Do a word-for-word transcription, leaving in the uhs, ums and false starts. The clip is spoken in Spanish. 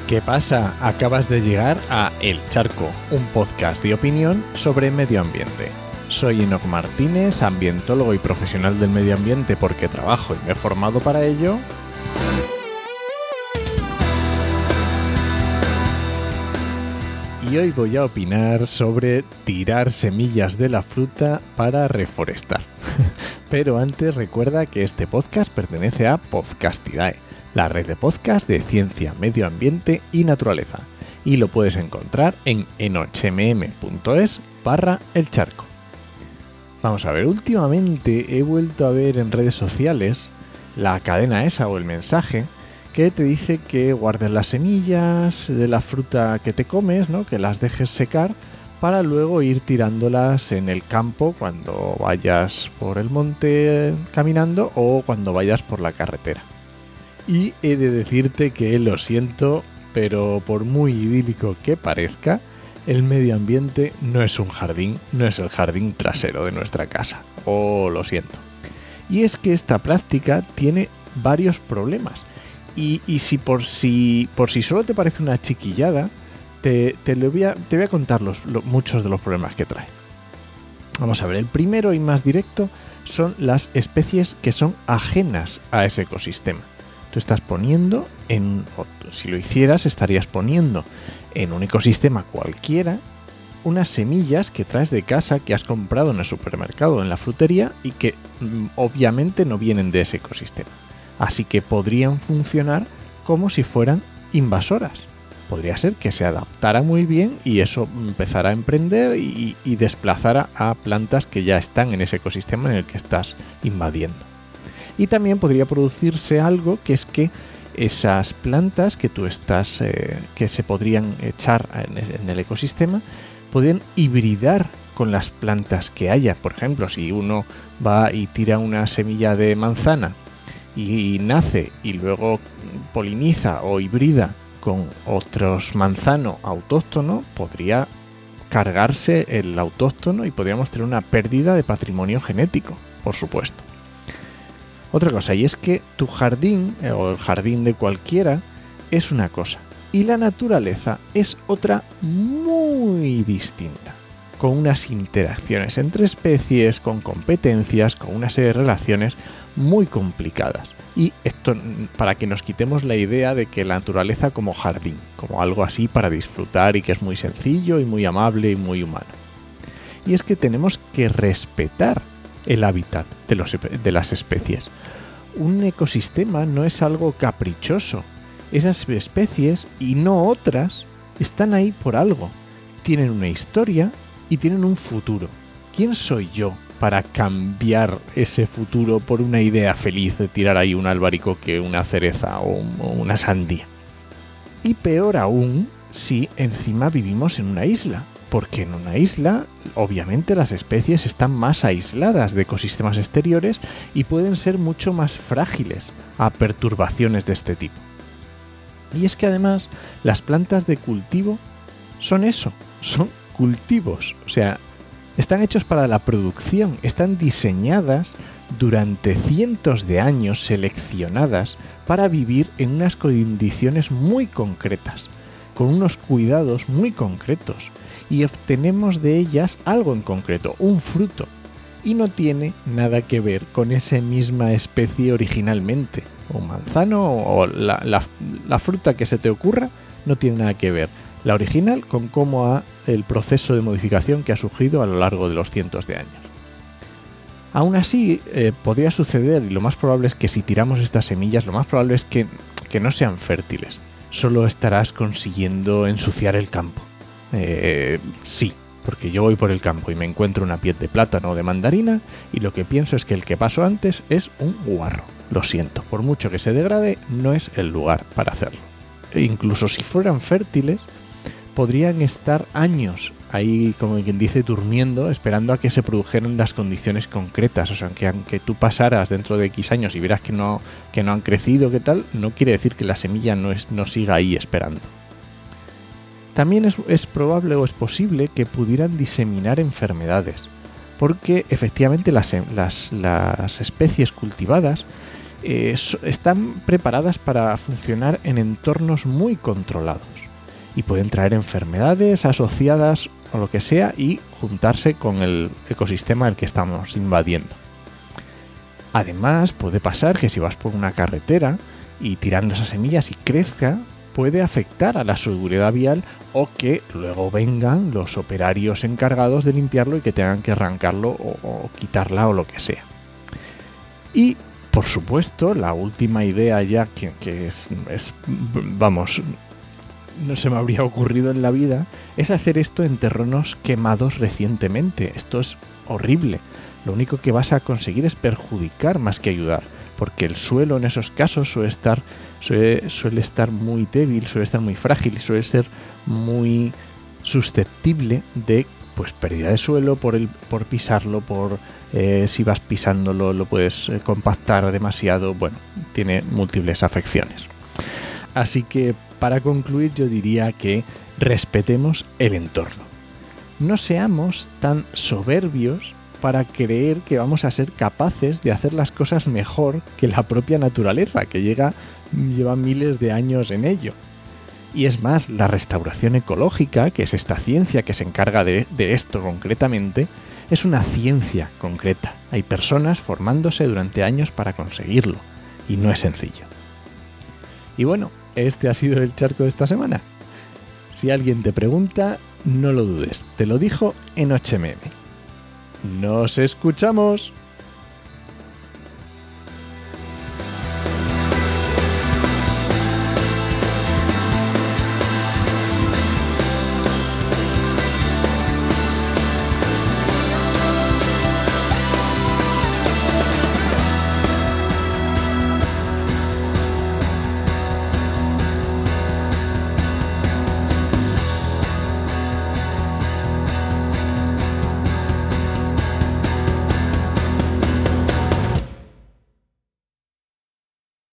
¿Qué pasa? Acabas de llegar a El Charco, un podcast de opinión sobre medio ambiente. Soy Enoc Martínez, ambientólogo y profesional del medio ambiente porque trabajo y me he formado para ello. Y hoy voy a opinar sobre tirar semillas de la fruta para reforestar. Pero antes recuerda que este podcast pertenece a Podcastidae, la red de podcast de ciencia, medio ambiente y naturaleza. Y lo puedes encontrar en enochmm.es barra el charco. Vamos a ver, últimamente he vuelto a ver en redes sociales la cadena esa o el mensaje que te dice que guardes las semillas de la fruta que te comes, ¿no? Que las dejes secar para luego ir tirándolas en el campo cuando vayas por el monte caminando o cuando vayas por la carretera. Y he de decirte que lo siento, pero por muy idílico que parezca, el medio ambiente no es un jardín, no es el jardín trasero de nuestra casa. Oh, lo siento. Y es que esta práctica tiene varios problemas. Y, y si por si por si solo te parece una chiquillada, te, te, lo voy, a, te voy a contar los, lo, muchos de los problemas que trae. Vamos a ver, el primero y más directo son las especies que son ajenas a ese ecosistema. Tú estás poniendo, en, o si lo hicieras, estarías poniendo en un ecosistema cualquiera unas semillas que traes de casa, que has comprado en el supermercado, en la frutería, y que mm, obviamente no vienen de ese ecosistema. Así que podrían funcionar como si fueran invasoras. Podría ser que se adaptara muy bien y eso empezara a emprender y, y desplazara a plantas que ya están en ese ecosistema en el que estás invadiendo. Y también podría producirse algo que es que esas plantas que tú estás, eh, que se podrían echar en el, en el ecosistema, podrían hibridar con las plantas que haya. Por ejemplo, si uno va y tira una semilla de manzana y nace y luego poliniza o hibrida con otros manzano autóctono, podría cargarse el autóctono y podríamos tener una pérdida de patrimonio genético, por supuesto. Otra cosa, y es que tu jardín, o el jardín de cualquiera, es una cosa, y la naturaleza es otra muy distinta, con unas interacciones entre especies, con competencias, con una serie de relaciones muy complicadas. Y esto para que nos quitemos la idea de que la naturaleza como jardín, como algo así para disfrutar y que es muy sencillo y muy amable y muy humano. Y es que tenemos que respetar el hábitat de, los, de las especies. Un ecosistema no es algo caprichoso. Esas especies y no otras están ahí por algo. Tienen una historia y tienen un futuro. ¿Quién soy yo para cambiar ese futuro por una idea feliz de tirar ahí un albaricoque, una cereza o, un, o una sandía? Y peor aún si encima vivimos en una isla, porque en una isla obviamente las especies están más aisladas de ecosistemas exteriores y pueden ser mucho más frágiles a perturbaciones de este tipo. Y es que además las plantas de cultivo son eso, son cultivos, o sea, están hechos para la producción, están diseñadas durante cientos de años, seleccionadas para vivir en unas condiciones muy concretas, con unos cuidados muy concretos, y obtenemos de ellas algo en concreto, un fruto, y no tiene nada que ver con esa misma especie originalmente, o manzano o la, la, la fruta que se te ocurra, no tiene nada que ver la original con cómo ha el proceso de modificación que ha surgido a lo largo de los cientos de años. Aún así, eh, podría suceder, y lo más probable es que si tiramos estas semillas, lo más probable es que, que no sean fértiles. Solo estarás consiguiendo ensuciar el campo. Eh, sí, porque yo voy por el campo y me encuentro una piel de plátano o de mandarina y lo que pienso es que el que pasó antes es un guarro. Lo siento, por mucho que se degrade, no es el lugar para hacerlo. E incluso si fueran fértiles, podrían estar años ahí, como quien dice, durmiendo, esperando a que se produjeran las condiciones concretas. O sea, que aunque tú pasaras dentro de X años y vieras que no, que no han crecido, ¿qué tal? No quiere decir que la semilla no, es, no siga ahí esperando. También es, es probable o es posible que pudieran diseminar enfermedades, porque efectivamente las, las, las especies cultivadas eh, están preparadas para funcionar en entornos muy controlados y pueden traer enfermedades asociadas o lo que sea y juntarse con el ecosistema al que estamos invadiendo. Además, puede pasar que si vas por una carretera y tirando esas semillas y crezca, puede afectar a la seguridad vial o que luego vengan los operarios encargados de limpiarlo y que tengan que arrancarlo o, o quitarla o lo que sea. Y, por supuesto, la última idea ya que, que es, es, vamos, no se me habría ocurrido en la vida, es hacer esto en terrenos quemados recientemente. Esto es horrible. Lo único que vas a conseguir es perjudicar más que ayudar, porque el suelo en esos casos suele estar, suele, suele estar muy débil, suele estar muy frágil, suele ser muy susceptible de pues pérdida de suelo por, el, por pisarlo, por eh, si vas pisándolo lo puedes eh, compactar demasiado, bueno, tiene múltiples afecciones. Así que para concluir yo diría que respetemos el entorno. No seamos tan soberbios para creer que vamos a ser capaces de hacer las cosas mejor que la propia naturaleza, que llega, lleva miles de años en ello. Y es más, la restauración ecológica, que es esta ciencia que se encarga de, de esto concretamente, es una ciencia concreta. Hay personas formándose durante años para conseguirlo, y no es sencillo. Y bueno, este ha sido el charco de esta semana. Si alguien te pregunta, no lo dudes, te lo dijo en ocho eme eme. ¡Nos escuchamos!